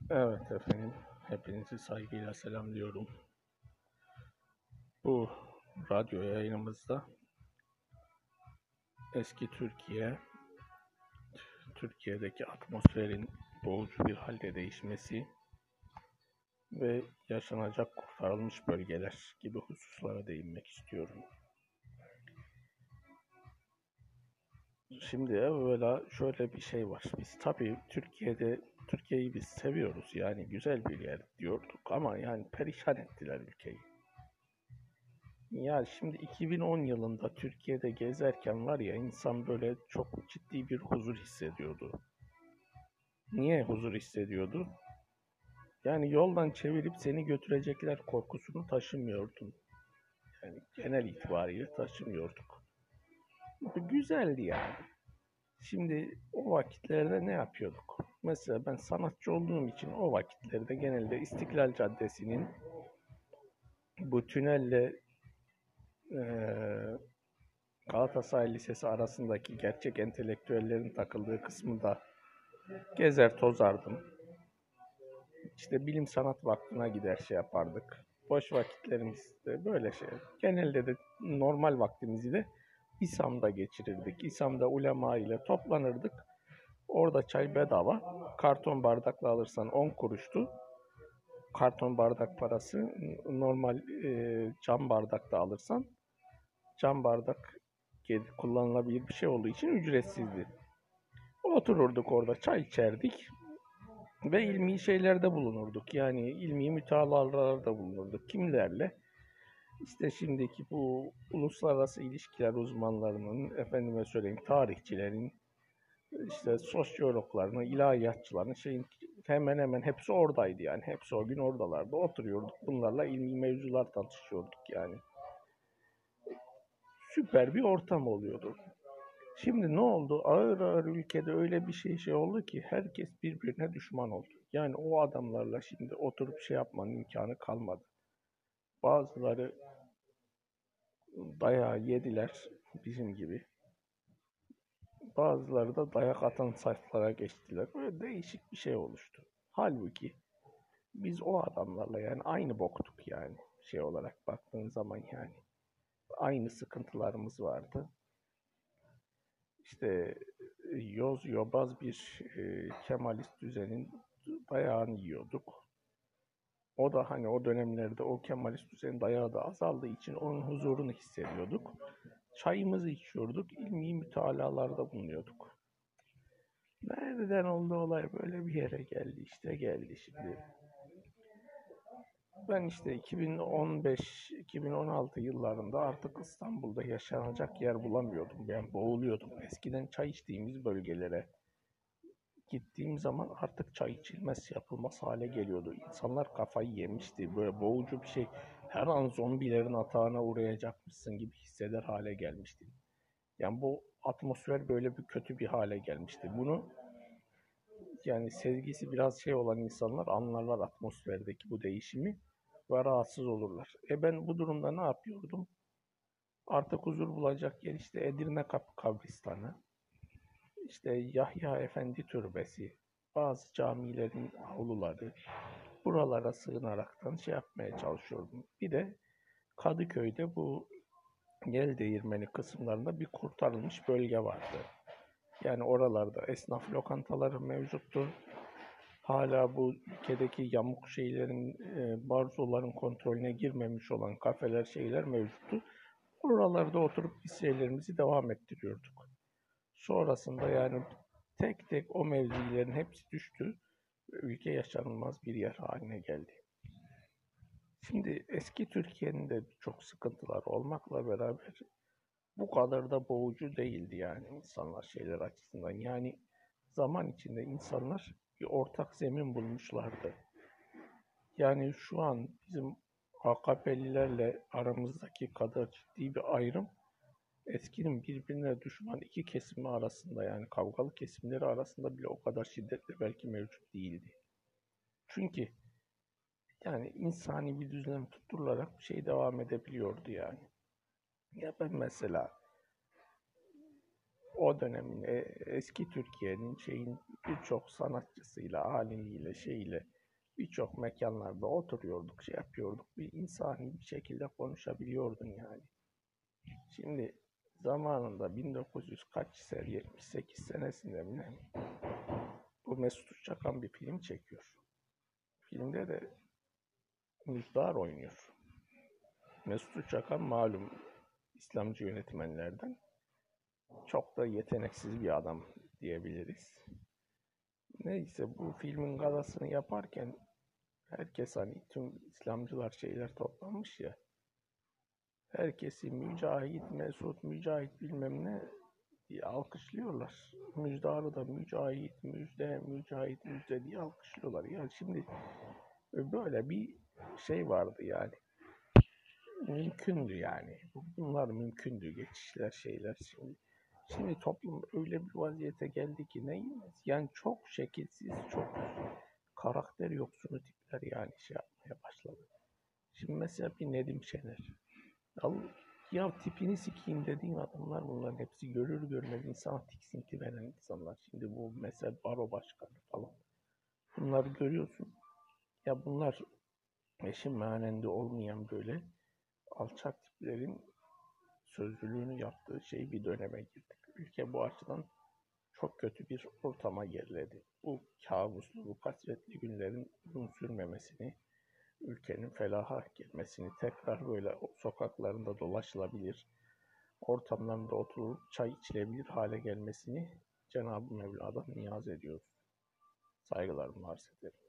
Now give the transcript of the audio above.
Evet efendim, hepinizi saygıyla selamlıyorum. Bu radyo yayınımızda eski Türkiye'deki atmosferin boğucu bir halde değişmesi ve yaşanacak kurtarılmış bölgeler gibi hususlara değinmek istiyorum. Şimdi evvela şöyle bir şey var. Biz tabii Türkiye'yi biz seviyoruz. Yani güzel bir yer diyorduk ama yani perişan ettiler ülkeyi. Ya şimdi 2010 yılında Türkiye'de gezerken var ya insan böyle çok ciddi bir huzur hissediyordu. Niye huzur hissediyordu? Yani yoldan çevirip seni götürecekler korkusunu taşımıyordun. Yani genel itibariyle taşımıyorduk. Bu güzeldi yani. Şimdi o vakitlerde ne yapıyorduk? Mesela ben sanatçı olduğum için o vakitlerde genelde İstiklal Caddesi'nin bu tünelle eee Galatasaray Lisesi arasındaki gerçek entelektüellerin takıldığı kısmında gezer tozardım. İşte bilim sanat vakfına gider şey yapardık. Boş vakitlerimizde böyle şey. Genelde de normal vaktimizi de İSAM'da geçirirdik. İSAM'da ulema ile toplanırdık. Orada çay bedava. Karton bardakla alırsan 10 kuruştu. Karton bardak parası normal cam bardakta alırsan cam bardak kullanılabilir bir şey olduğu için ücretsizdi. Otururduk orada çay içerdik ve ilmi şeylerde bulunurduk. Yani ilmi mütalalarda bulunurduk. Kimlerle? İşte şimdiki bu uluslararası ilişkiler uzmanlarının, efendime söyleyeyim tarihçilerin, işte sosyologların, ilahiyatçıların hemen hemen hepsi oradaydı yani. Hepsi o gün oradalardı. Oturuyorduk. Bunlarla ilmi mevzular tartışıyorduk yani. Süper bir ortam oluyordu. Şimdi ne oldu? Ağır ağır ülkede öyle bir şey oldu ki herkes birbirine düşman oldu. Yani o adamlarla şimdi oturup şey yapmanın imkanı kalmadı. Bazıları dayağı yediler bizim gibi. Bazıları da dayak atan sayfalara geçtiler. Böyle değişik bir şey oluştu. Halbuki biz o adamlarla yani aynı boktuk yani şey olarak baktığın zaman yani. Aynı sıkıntılarımız vardı. İşte yobaz bir Kemalist düzenin dayağını yiyorduk. O da hani o dönemlerde o Kemalist düzenin dayağı da azaldığı için onun huzurunu hissediyorduk. Çayımızı içiyorduk, ilmi mütalalarda bulunuyorduk. Nereden oldu olay böyle bir yere geldi işte geldi şimdi. Ben işte 2015-2016 yıllarında artık İstanbul'da yaşanacak yer bulamıyordum. Ben boğuluyordum. Eskiden çay içtiğimiz bölgelere gittiğim zaman artık çay içilmez yapılmaz hale geliyordu. İnsanlar kafayı yemişti. Böyle boğucu bir şey. Her an zombilerin atağına uğrayacakmışsın gibi hisseder hale gelmişti. Yani bu atmosfer böyle bir kötü bir hale gelmişti. Bunu yani sezgisi biraz şey olan insanlar anlarlar atmosferdeki bu değişimi ve rahatsız olurlar. Ben bu durumda ne yapıyordum? Artık huzur bulacak yer işte Edirne Kabristanı, işte Yahya Efendi Türbesi, bazı camilerin avluları, buralara sığınaraktan şey yapmaya çalışıyordum. Bir de Kadıköy'de bu Geldiğirmeni kısımlarında bir kurtarılmış bölge vardı. Yani oralarda esnaf lokantaları mevcuttu. Hala bu ülkedeki yamuk şeylerin, barzoların kontrolüne girmemiş olan kafeler, şeyler mevcuttu. Oralarda oturup biz şeylerimizi devam ettiriyorduk. Sonrasında yani tek tek o mevzilerin hepsi düştü ve ülke yaşanılmaz bir yer haline geldi. Şimdi eski Türkiye'nin de çok sıkıntılar olmakla beraber bu kadar da boğucu değildi yani insanlar şeyler açısından. Yani zaman içinde insanlar bir ortak zemin bulmuşlardı. Yani şu an bizim AKP'lilerle aramızdaki kadar ciddi bir ayrım eskinin birbirine düşman iki kesimi arasında yani kavgalı kesimleri arasında bile o kadar şiddetli belki mevcut değildi. Çünkü yani insani bir düzlem tutturularak bir şey devam edebiliyordu yani. Ya ben mesela o dönemin eski Türkiye'nin birçok sanatçısıyla, alimiyle, şeyiyle birçok mekanlarda oturuyorduk, şey yapıyorduk. Bir insani bir şekilde konuşabiliyordun yani. Şimdi zamanında 1900 kaç sene 78 senesinde mi ne? Bu Mesut Çakan bir film çekiyor. Filmde de Müjdar oynuyor. Mesut Çakan malum İslamcı yönetmenlerden. Çok da yeteneksiz bir adam diyebiliriz. Neyse bu filmin galasını yaparken herkes hani tüm İslamcılar şeyler toplanmış ya. Herkesi Mücahit, Mesut, Mücahit bilmem ne diye alkışlıyorlar. Müjdarı da Mücahit, Müjde, Mücahit, Müjde diye alkışlıyorlar. Ya şimdi böyle bir şey vardı yani. Mümkündü yani. Bunlar mümkündü. Geçişler şeyler şimdi. Şimdi toplum öyle bir vaziyete geldi ki yani çok şekilsiz, çok karakter yoksunu tipler yani şey yapmaya başladı. Şimdi mesela bir Nedim Şener. Ya, ya tipini sikeyim dediğin adamlar bunların hepsi görür görmez insana tiksinti veren insanlar. Şimdi bu mesela baro başkanı falan. Bunları görüyorsun. Ya bunlar eşin manende olmayan böyle alçak tiplerin sözcülüğünü yaptığı şey bir döneme girdik. Ülke bu açıdan çok kötü bir ortama geriledi. Bu kabuslu, bu kasvetli günlerin uzun sürmemesini, ülkenin felaha girmesini, tekrar böyle sokaklarında dolaşılabilir, ortamlarında oturup çay içilebilir hale gelmesini Cenab-ı Mevla'dan niyaz ediyoruz. Saygılarımı arz ederim.